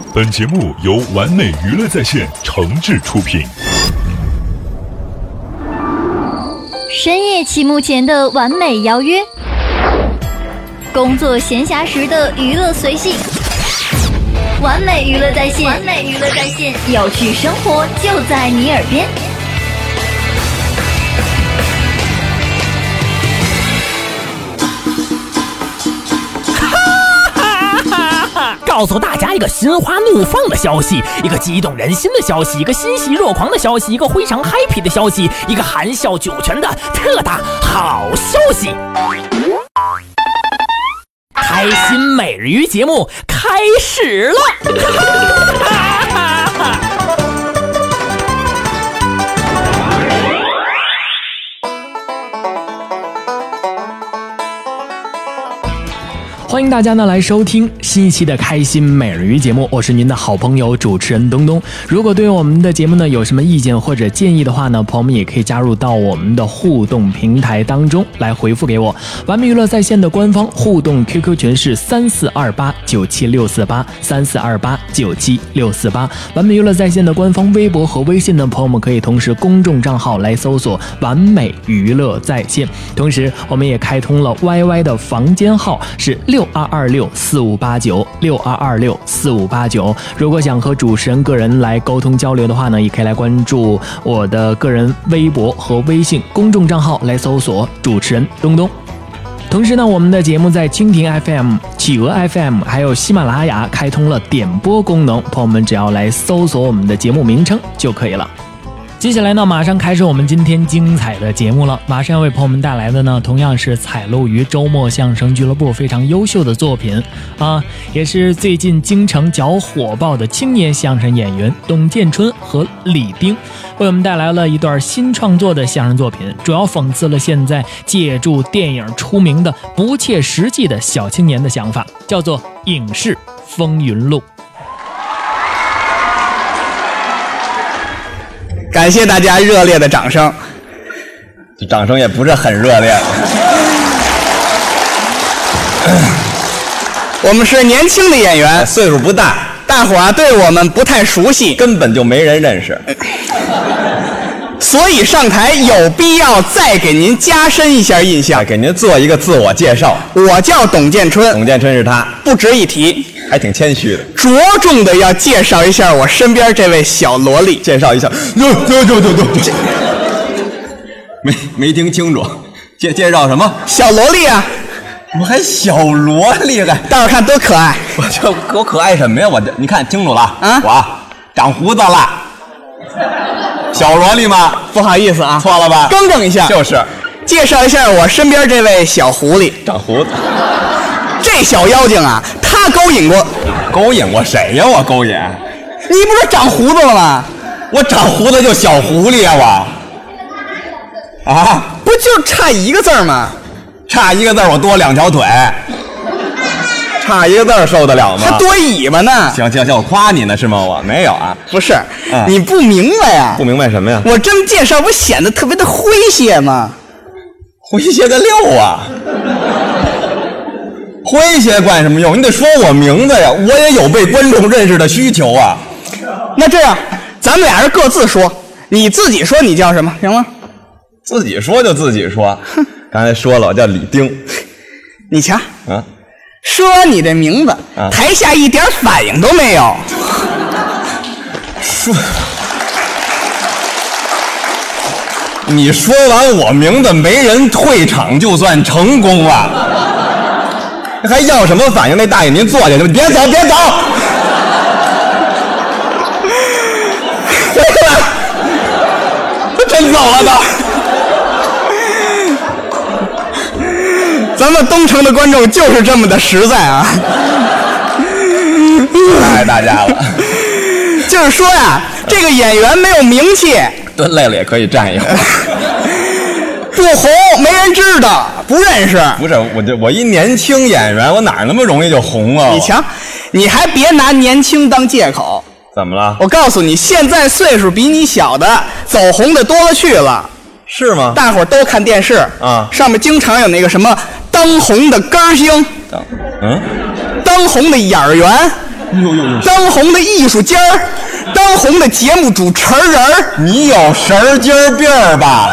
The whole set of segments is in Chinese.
本节目由完美娱乐在线诚挚出品。 深夜期幕前的完美邀约，工作闲暇时的娱乐随性，完美娱乐在线，完美娱乐在线，有趣生活就在你耳边。 告诉大家一个心花怒放的消息，一个激动人心的消息，一个欣喜若狂的消息，一个非常 happy 的消息，一个含笑九泉的特大好消息！开心每日鱼节目开始了！欢迎大家呢来收听新一期的开心每日鱼节目，我是您的好朋友主持人东东。如果对我们的节目呢有什么意见或者建议的话呢，朋友们也可以加入到我们的互动平台当中来回复给我。完美娱乐在线的官方互动 QQ 群是34289764833428976488。完美娱乐在线的官方微博和微信的朋友们可以同时公众账号来搜索完美娱乐在线。同时我们也开通了 YY 的房间号是6226458962264589。如果想和主持人个人来沟通交流的话呢，也可以来关注我的个人微博和微信公众账号来搜索主持人东东。同时呢，我们的节目在蜻蜓 FM、企鹅 FM 还有喜马拉雅开通了点播功能，朋友们只要来搜索我们的节目名称就可以了。接下来呢，马上开始我们今天精彩的节目了。马上要为朋友们带来的呢，同样是采录于周末相声俱乐部非常优秀的作品啊，也是最近京城较火爆的青年相声演员董建春和李丁为我们带来了一段新创作的相声作品，主要讽刺了现在借助电影出名的不切实际的小青年的想法，叫做《影视风云录》。 感谢大家热烈的掌声， 这掌声也不是很热烈。 我们是年轻的演员， 岁数不大， 大伙儿对我们不太熟悉， 根本就没人认识， 所以上台有必要再给您加深一下印象， 给您做一个自我介绍。 我叫董建春， 董建春是他， 不值一提， 还挺谦虚的。 着重的要介绍一下我身边这位小萝莉， 介绍一下，没听清楚，介绍什么？ 小萝莉啊！ 我还小萝莉还， 大伙看多可爱！ 我可爱什么呀？你看清楚了啊！我长胡子了，小萝莉吗？ 不好意思啊， 错了吧？ 更正一下， 就是介绍一下我身边这位小狐狸， 长胡子。 这小妖精啊，他勾引过谁呀？我勾引？ 你不是长胡子了吗？ 我长胡子就小狐狸啊！我啊， 不就差一个字吗？ 差一个字我多2条腿，差一个字受得了吗？ 还多尾巴呢。 行，我夸你呢是吗？我没有啊。 不是，你不明白呀？ 不明白什么呀？ 我这么介绍不显得特别的诙谐吗？ 诙谐个溜啊！诙谐管什么用？你得说我名字呀，我也有被观众认识的需求啊。 那这样，咱们俩人各自说，你自己说你叫什么，行吗？ 自己说就自己说。刚才说了，我叫李丁。 你瞧，说你的名字，台下一点反应都没有。 你说完我名字，没人退场就算成功了。还要什么反应？那大爷您坐下去，别走！真走了都。 咱们东城的观众就是这么的实在啊！ 爱大家了。 就是说呀，这个演员没有名气， 蹲累了也可以站一会儿。 不红，没人知道，不认识。 不是，我一年轻演员，我哪那么容易就红啊？ 你瞧，你还别拿年轻当借口。 怎么了？ 我告诉你，现在岁数比你小的走红的多了去了。 是吗？ 大伙儿都看电视啊， 上面经常有那个什么当红的根儿星，当红的眼儿圆， 当红的艺术家儿，当红的节目主持人儿。 你有神经病吧？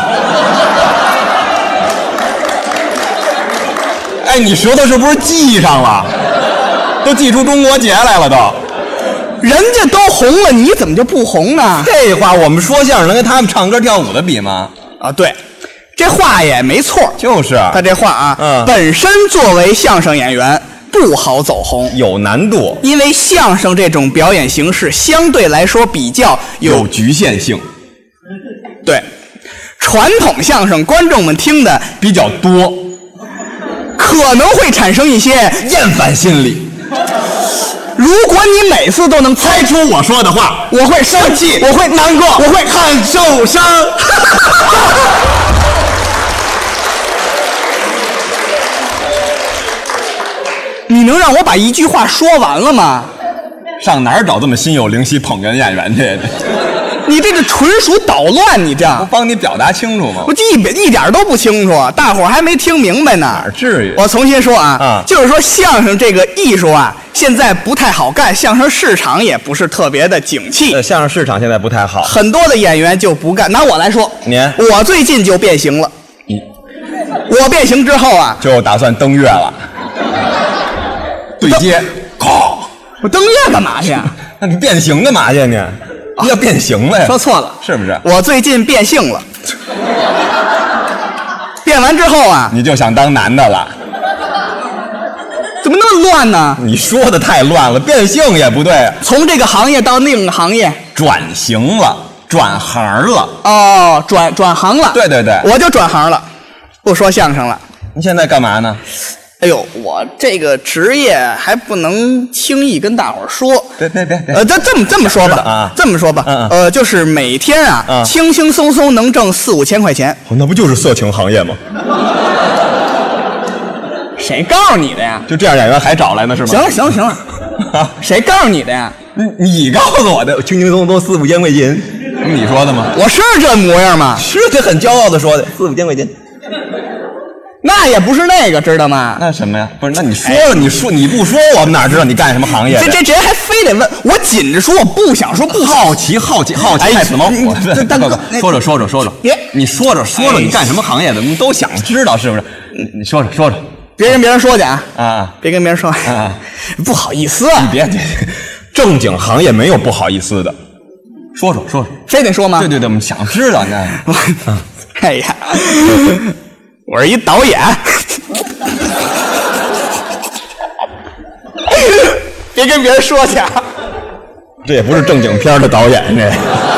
哎，你舌头是不是记上了？都记出中国结来了都。 人家都红了，你怎么就不红呢？ 废话，我们说相声能跟他们唱歌跳舞的比吗？ 啊，对，这话也没错， 就是他这话啊，本身作为相声演员不好走红， 有难度， 因为相声这种表演形式相对来说比较有局限性。 对，传统相声观众们听的比较多， 可能会产生一些厌烦心理。 如果你每次都能猜出我说的话，我会生气，我会难过，我会很受伤。你能让我把一句话说完了吗？ 上哪儿找这么心有灵犀捧哏演员去？ 你这个纯属捣乱，你这样不帮你表达清楚吗？ 我一点都不清楚，大伙儿还没听明白呢。 哪至于？ 我重新说啊，就是说相声这个艺术啊，现在不太好干，相声市场也不是特别的景气。 相声市场现在不太好， 很多的演员就不干。拿我来说，我最近就变形了。我变形之后啊， 就打算登月了。对接，靠！ 我登月干嘛去？ 那你变形干嘛去你？要变形了呀？ 说错了， 是不是？ 我最近变性了。变完之后啊， 你就想当男的了？ 怎么那么乱呢？ 你说的太乱了，变性也不对。 从这个行业到另一个行业， 转型了，转行了。 哦，转行了。 对对对， 我就转行了，不说相声了。 你现在干嘛呢？ 哎呦，我这个职业还不能轻易跟大伙儿说。 别， 这么说吧啊， 这么说吧，就是每天啊，轻轻松松能挣4-5千块钱。 那不就是色情行业吗？ 谁告诉你的呀？ 就这样演员还找来呢是吗？ 行了，谁告诉你的呀？ 你告诉我的，轻轻松松4-5千块钱，你说的吗？ 我是这模样吗？ 是，他很骄傲的说的，4-5千块钱。 那也不是那个，知道吗？ 那什么呀？不是，那你说了，你不说，我们哪知道你干什么行业的？ 这人还非得问我，紧着说，我不想说，不好奇，害死猫！大哥，说着，你说着，你干什么行业的？我们都想知道，是不是？你说着， 别跟别人说去啊！ 别跟别人说啊！不好意思啊！ 你别，正经行业没有不好意思的。说着， 非得说吗？ 对，我们想知道呢。 哎呀！我是一导演，别跟别人说去。 这也不是正经片的导演，这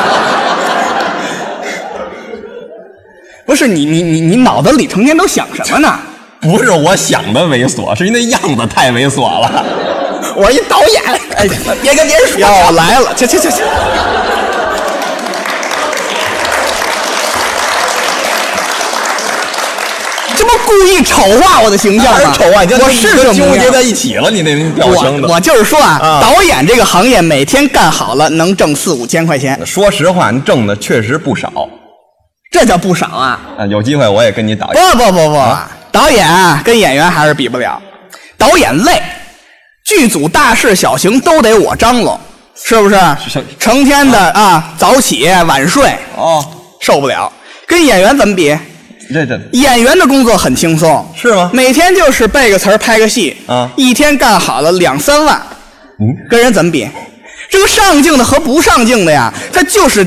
不是你脑子里成天都想什么呢？ 不是我想的猥琐，是因为那样子太猥琐了。 我是一导演，哎，别跟别人说。要来了，去。这不故意丑化我的形象吗？ 丑化， 我是这么纠结在一起了，你那表情的。 我就是说导演这个行业每天干好了能挣4-5千块钱。 说实话，你挣的确实不少。 这叫不少啊！ 有机会我也跟你导演。 不，导演跟演员还是比不了。导演累，剧组大事小情都得我张罗，是不是？成天的早起晚睡，受不了。跟演员怎么比？ 这演员的工作很轻松， 是吗？ 每天就是背个词儿拍个戏一天干好了2-3万。跟人怎么比？这个上镜的和不上镜的呀，他就是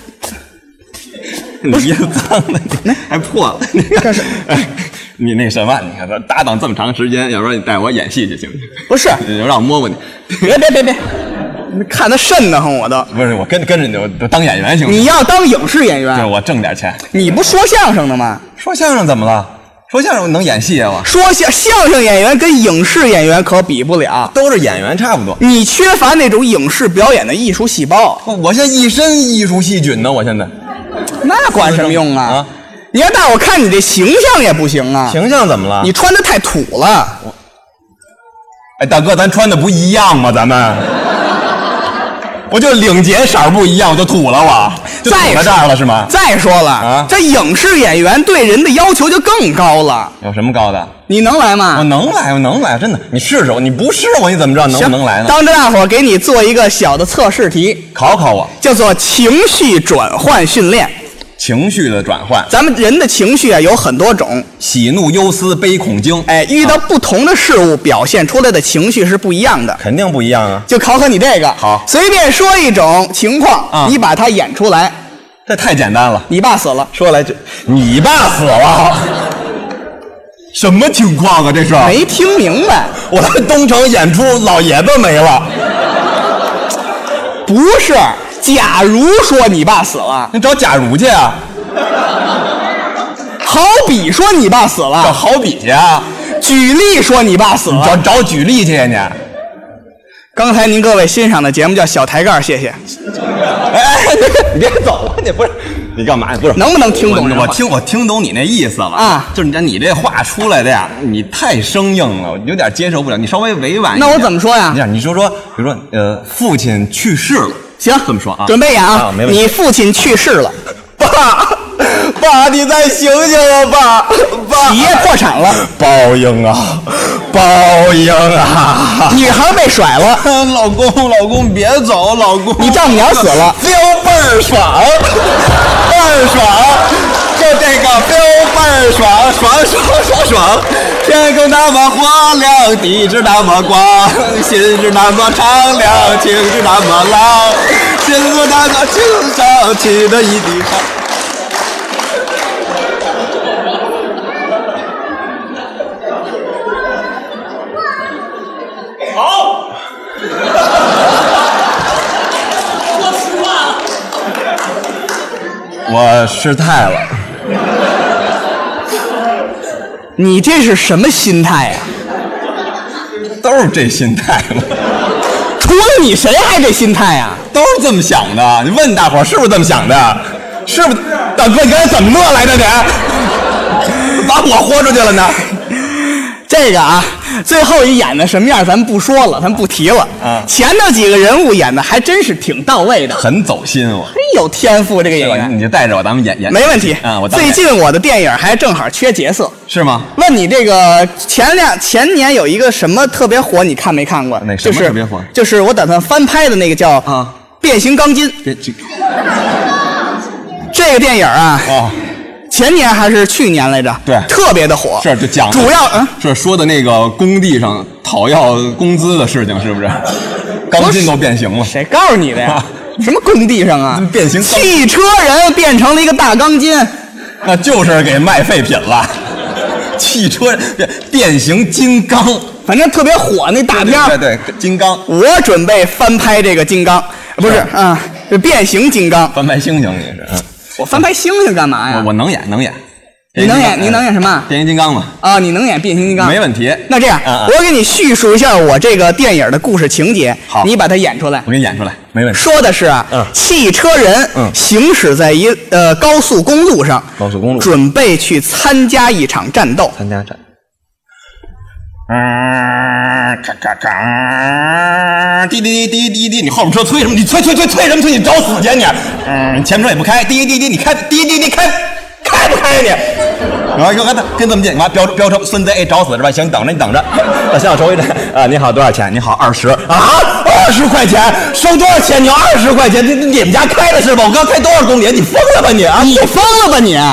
你衣服脏了，你还破了，你看是，你那什么？你看咱搭档这么长时间，要不然你带我演戏去行不行？ 不是， 让我摸摸你。 别，看他瘆得慌，我都不是我跟着你就当演员行不行？ 你要当影视演员， 对，我挣点钱。 你不说相声的吗？ 说相声怎么了？说相声能演戏啊？我说相声演员跟影视演员可比不了， 都是演员差不多。 你缺乏那种影视表演的艺术细胞。 我现在一身艺术细菌呢，我现在。 那管什么用啊？你要大伙看你这形象也不行啊。 形象怎么了？ 你穿的太土了。 哎，大哥，咱穿的不一样吗？咱们我就领结色不一样，我就吐了，我就吐在这儿了是吗？ 再说了啊，这影视演员对人的要求就更高了。 有什么高的？ 你能来吗？ 我能来，真的。你试试我，你不试我，你怎么知道能不能来呢？ 当着大伙给你做一个小的测试题， 考考我， 叫做情绪转换训练。 情绪的转换， 咱们人的情绪啊有很多种， 喜怒忧思悲恐惊。 哎，遇到不同的事物，表现出来的情绪是不一样的。 肯定不一样啊！ 就考考你这个， 好， 随便说一种情况，你把它演出来。 这太简单了。 你爸死了， 说来就你爸死了，什么情况啊？这是没听明白。 我在东城演出，老爷子没了。 不是。假如说你爸死了， 你找假如去啊。 好比说你爸死了， 找好比去啊。 举例说你爸死了， 找举例去呀你。 刚才您各位欣赏的节目叫小抬杠，谢谢。 哎，你别走了，你不是你干嘛？不是能不能听懂？ 我听懂你那意思了啊， 就是你这话出来的呀，你太生硬了，我有点接受不了。你稍微委婉一点。 那我怎么说呀？ 你说，比如说父亲去世了。 行， 这么说啊， 准备演啊！ 没问题。 你父亲去世了， 爸，你再醒醒啊，爸！ 企业破产了， 报应啊，报应啊！ 女孩被甩了， 老公别走，老公， 你丈母娘死了， 彪倍儿爽，倍儿爽。就这个彪倍儿爽，天空那么火亮，地质那么广，心是那么敞亮，情是那么浪，心是那个情上起的一滴汗。 好，说实话， 我失态了。 你这是什么心态呀？ 都是这心态吗？ 除了你，谁还这心态呀？ 都是这么想的。你问大伙儿是不是这么想的？是不是？大哥，你刚才怎么乐来着？你把我豁出去了呢？ 这个啊，最后一演的什么样咱们不说了，咱不提了。前头几个人物演的还真是挺到位的， 很走心。我有天赋，这个演员。 你就带着我，咱们演。 没问题啊！ 最近我的电影还正好缺角色， 是吗？ 问你这个前年有一个什么特别火，你看没看过？ 那什么特别火？ 就是我打算翻拍的那个叫《变形钢筋》。这个电影啊。前年还是去年来着？ 对， 特别的火。 是，就讲主要是说的那个工地上讨要工资的事情，是不是？钢筋都变形了。 谁告诉你的呀？什么工地上啊？ 变形汽车人变成了一个大钢筋， 那就是给卖废品了。汽车变形金刚， 反正特别火那大片。 对，金刚。 我准备翻拍这个金刚，不是啊，是变形金刚。 翻拍猩猩你是？ 我翻拍猩猩干嘛呀？ 我能演。 你能演什么？ 变形金刚嘛。 啊，你能演变形金刚？ 没问题。 那这样，我给你叙述一下我这个电影的故事情节， 好， 你把它演出来。 我给你演出来，没问题。 说的是啊，汽车人行驶在高速公路上，准备去参加一场战斗。 滴，你后面车催什么？你催什么催？你找死去你！前面车也不开，滴，你开，滴开不开你？然后跟这么近，你妈飙车，孙子找死是吧？行，你等着。那行，收回这你好，多少钱？你好，20啊，20块钱，收多少钱？你要20块钱？你们家开的是吧？我刚开多少公里？你疯了吧你啊？ 你疯了吧你？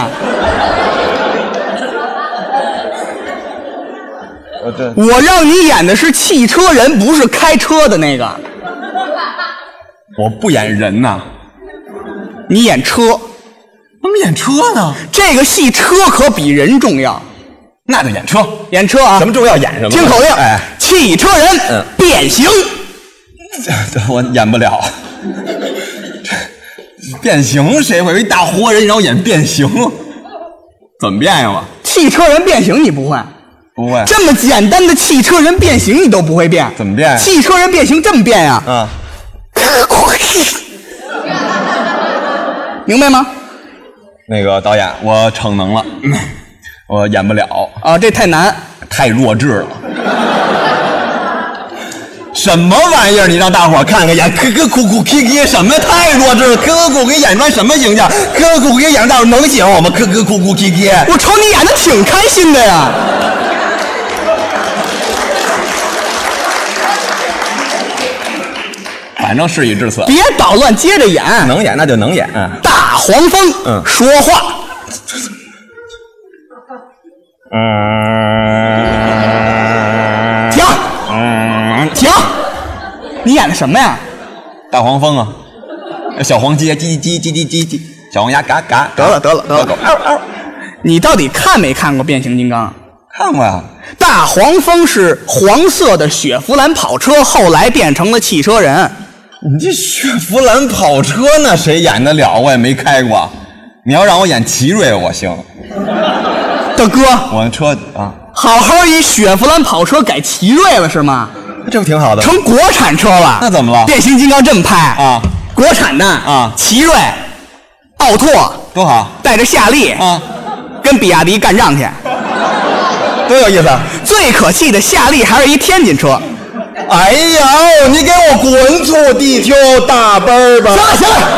我让你演的是汽车人，不是开车的那个。 我不演人呐， 你演车。 怎么演车呢？ 这个戏车可比人重要。 那就演车啊！ 什么重要演什么？ 听口令， 哎， 汽车人变形。 我演不了。变形谁会？有一大活人然后演变形，怎么变呀？我汽车人变形你不会？ 不会。 这么简单的汽车人变形你都不会变？ 怎么变？ 汽车人变形这么变呀？明白吗？ 那个导演，我逞能了，我演不了啊，这太难， 太弱智了。 什么玩意儿？你让大伙看看演，磕磕哭哭啼啼，什么太弱智了？磕磕哭哭给演出来什么形象？磕磕哭哭给演，大伙能喜欢我吗？磕磕哭哭啼啼， 我瞅你演的挺开心的呀。 反正事已至此， 别捣乱，接着演。 能演那就能演。 大黄蜂，说话。停，停！你演的什么呀？ 大黄蜂啊，小黄鸡叽叽叽叽叽叽，小黄鸭嘎嘎。 得了，你到底看没看过变形金刚？ 看过呀。 大黄蜂是黄色的雪佛兰跑车，后来变成了汽车人。 你这雪佛兰跑车那谁演得了？我也没开过。你要让我演奇瑞，我行。 大哥， 我车啊， 好好一雪佛兰跑车改奇瑞了是吗？ 这不挺好的？ 成国产车了。 那怎么了？ 变形金刚这么拍啊， 国产的啊， 奇瑞、奥拓多好， 带着夏利啊， 跟比亚迪干仗去， 多有意思。 最可气的夏利还是一天津车。 哎呀，你给我滚出地球大奔儿吧！ 行了，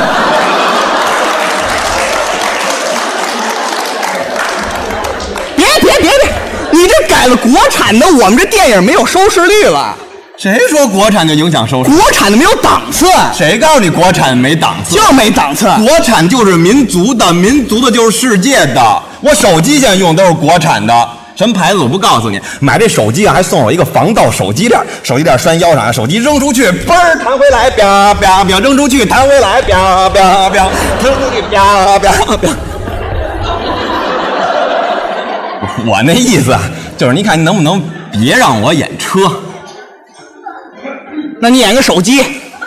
别，你这改了国产的，我们这电影没有收视率了。 谁说国产就影响收视？ 国产的没有档次。 谁告诉你国产没档次？ 就没档次。 国产就是民族的，民族的就是世界的。我手机现在用的都是国产的。什么牌子我不告诉你，买这手机啊还送我一个防盗手机链，手机链拴腰上，手机扔出去，嘣儿弹回来，啪啪啪，扔出去弹回来，啪啪啪，扔出去，啪啪啪。我那意思就是，你看你能不能别让我演车？ 那你演个手机？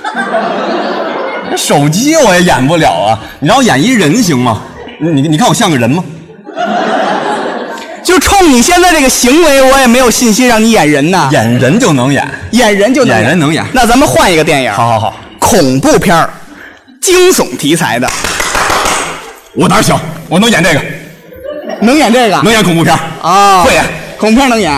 手机我也演不了啊！你让我演一人行吗？你看我像个人吗？ 就冲你现在这个行为，我也没有信心让你演人呐。 演人就能演， 演人就能演人能演。 那咱们换一个电影。 好， 恐怖片惊悚题材的。 我哪行？我能演这个。 能演这个？ 能演恐怖片啊？ 会演。 恐怖片能演。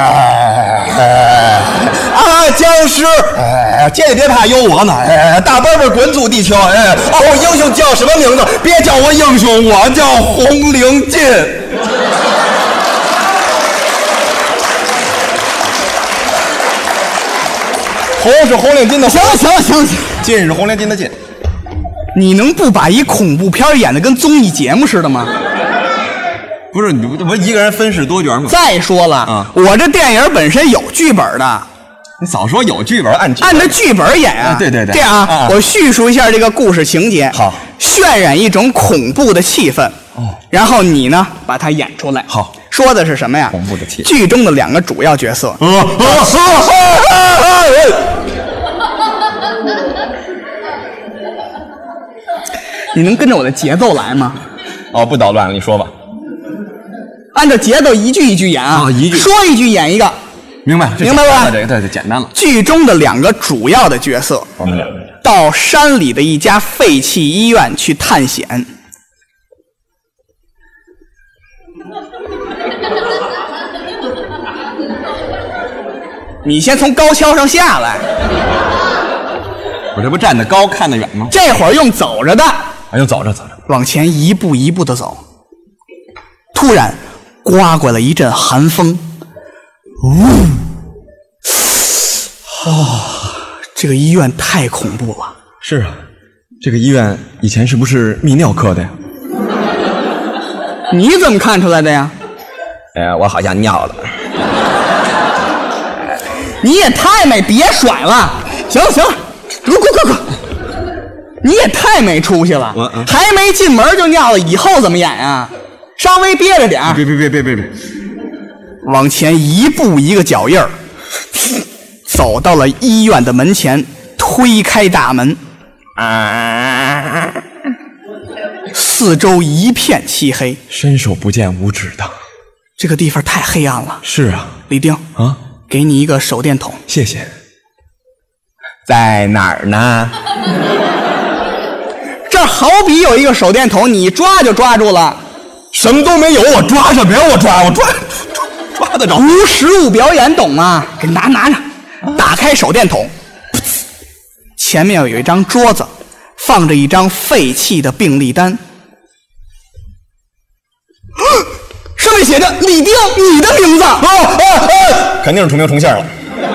僵尸！这别怕，有我呢！大笨笨滚出地球！我英雄叫什么名字？别叫我英雄，我叫红领巾。红是红领巾的红。 行了， 巾是红领巾的巾。 你能不把一恐怖片演得跟综艺节目似的吗？ 不是，你不一个人分饰多角吗？ 再说了，我这电影本身有剧本的。 你早说有剧本，按着剧本演啊！ 对， 这样啊，我叙述一下这个故事情节， 好， 渲染一种恐怖的气氛，然后你呢把它演出来。 好， 说的是什么呀？ 恐怖的气氛。 剧中的两个主要角色。你能跟着我的节奏来吗？ 不捣乱了，你说吧。 按照节奏一句一句演啊， 一句说一句演一个。 明白吧？ 这个简单了。 剧中的两个主要的角色， 我们两个到山里的一家废弃医院去探险。你先从高跷上下来。 我这不站得高看得远吗？ 这会儿用走着的。 用走着， 往前一步一步的走。突然，刮过了一阵寒风。这个医院太恐怖了。 是啊，这个医院以前是不是泌尿科的呀？ 你怎么看出来的呀？ 我好像尿了。 你也太没，别甩了。行了，快！你也太没出息了。还没进门就尿了，以后怎么演啊？稍微憋着点。 别。 往前一步一个脚印儿，走到了医院的门前，推开大门，四周一片漆黑， 伸手不见五指的， 这个地方太黑暗了。 是啊， 李丁啊， 给你一个手电筒， 谢谢。在哪儿呢？ 这好比有一个手电筒，你抓就抓住了。 什么都没有，我抓什么呀？我抓得着。 无实物表演，懂吗？给拿着，打开开手电筒，前面有一张桌子，放着一张废弃的病历单，上面写着李丁，你的名字。 肯定是重名重姓了。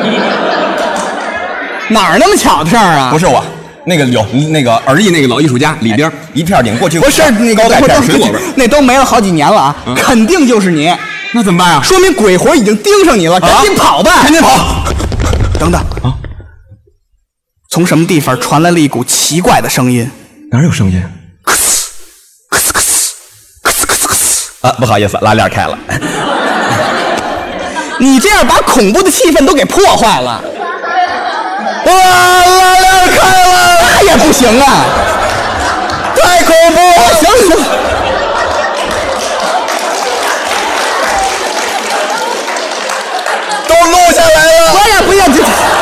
哪儿那么巧的事儿啊？ 不是我，那个有那个儿艺那个老艺术家李丁，一片顶过去不是那个高钙片水果味， 那都没了好几年了啊，肯定就是你。 那怎么办呀？ 说明鬼魂已经盯上你了，赶紧跑吧！ 赶紧跑！ 等等啊！从什么地方传来了一股奇怪的声音？ 哪有声音？啊，不好意思，拉链开了。 你这样把恐怖的气氛都给破坏了。哇，拉链开了，那也不行啊！太恐怖了！行。 都录下来了。 不要，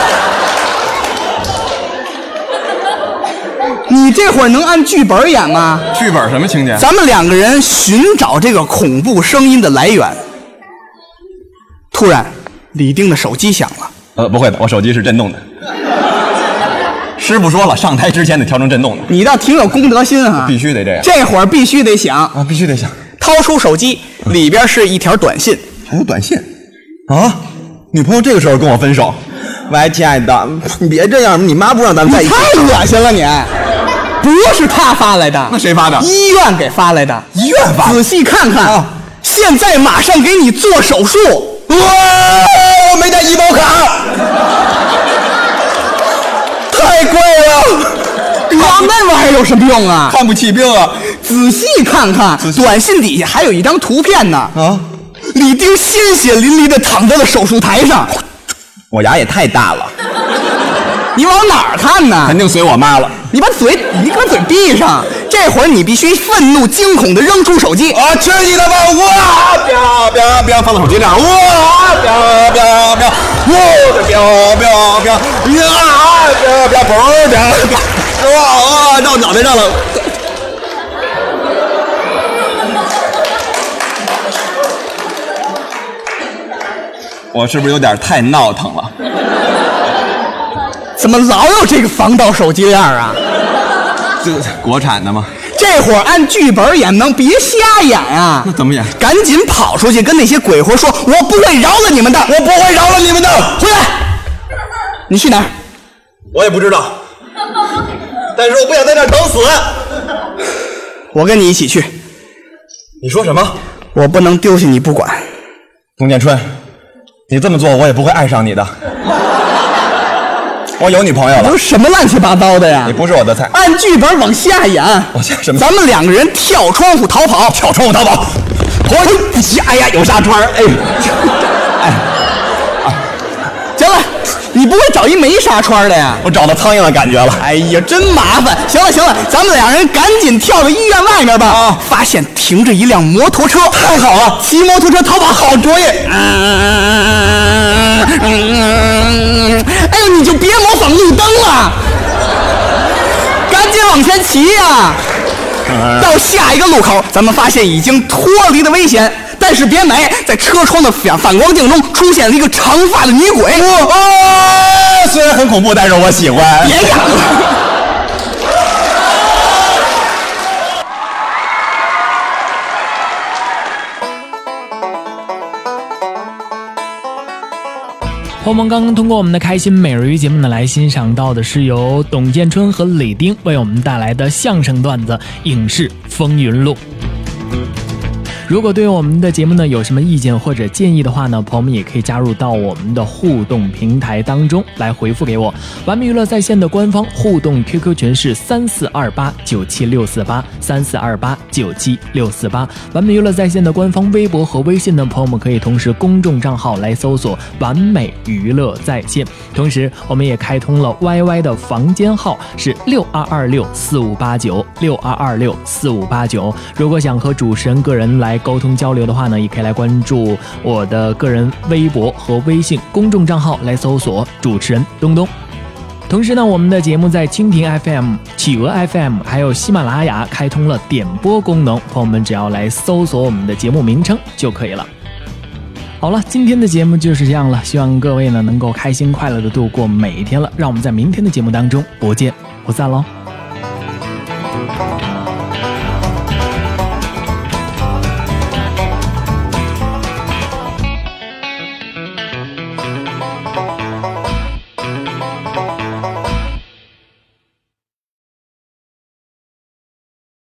你这会儿能按剧本演吗？ 剧本什么情节？ 咱们两个人寻找这个恐怖声音的来源。突然，李丁的手机响了。 不会的，我手机是震动的。师傅说了，上台之前得调成震动的。 你倒挺有公德心啊！ 必须得这样。 这会儿必须得响啊，必须得响。 掏出手机，里边是一条短信。 还有短信？啊？女朋友这个时候跟我分手？喂，亲爱的，你别这样，你妈不让咱们在一起。 太恶心了你！不是他发来的， 那谁发的？ 医院给发来的。 医院发？ 仔细看看，现在马上给你做手术。 哇！我没带医保卡，太贵了。 那玩意儿有什么用啊？ 看不起病啊！ 仔细看看，短信底下还有一张图片呢。 啊！ 李丁鲜血淋漓地躺在了手术台上。 我牙也太大了。 你往哪儿看呢？ 肯定随我妈了。 你把嘴闭上。这会儿你必须愤怒惊恐地扔出手机。 啊！去你的吧！哇！彪，放到手机上。哇！彪，我的彪，哇！到脑袋上了。我是不是有点太闹腾了？ 怎么老有这个防盗手机链啊？ 这国产的吗？ 这会儿按剧本演，能别瞎演啊！ 那怎么演？ 赶紧跑出去跟那些鬼魂说：“我不会饶了你们的， 我不会饶了你们的！” 回来！你去哪儿？ 我也不知道，但是我不想在这儿等死。 我跟你一起去。 你说什么？ 我不能丢下你不管。 董建春，你这么做我也不会爱上你的。我有女朋友了。 都什么乱七八糟的呀？ 你不是我的菜。 按剧本往下演。 往下什么？ 咱们两个人跳窗户逃跑。 跳窗户逃跑。哎呀，有纱窗。 行了，你不会找一没纱窗的呀？ 我找到苍蝇的感觉了。 哎呀，真麻烦。行了，咱们两人赶紧跳到医院外面吧。发现停着一辆摩托车。 太好了， 骑摩托车逃跑好卓越。哎呦，你就别模仿路灯了，赶紧往前骑呀！到下一个路口，咱们发现已经脱离了危险，但是别美，在车窗的反光镜中出现了一个长发的女鬼。 虽然很恐怖，但是我喜欢。 别演了。 朋友们刚刚通过我们的开心每日鱼节目呢，来欣赏到的是由董建春和李丁为我们带来的相声段子《影视风云录》。如果对我们的节目呢有什么意见或者建议的话呢，朋友们也可以加入到我们的互动平台当中来回复给我。完美娱乐在线的官方互动 QQ 群是34289764833428976488。完美娱乐在线的官方微博和微信的朋友们可以同时公众账号来搜索完美娱乐在线。同时我们也开通了 YY 的房间号是6226458962264589。如果想和主持人个人来沟通交流的话呢，也可以来关注我的个人微博和微信公众账号来搜索主持人东东。同时呢，我们的节目在蜻蜓 FM、企鹅 FM 还有喜马拉雅开通了点播功能，朋友们只要来搜索我们的节目名称就可以了。 好了，今天的节目就是这样了，希望各位呢能够开心快乐的度过每一天了。让我们在明天的节目当中不见不散喽。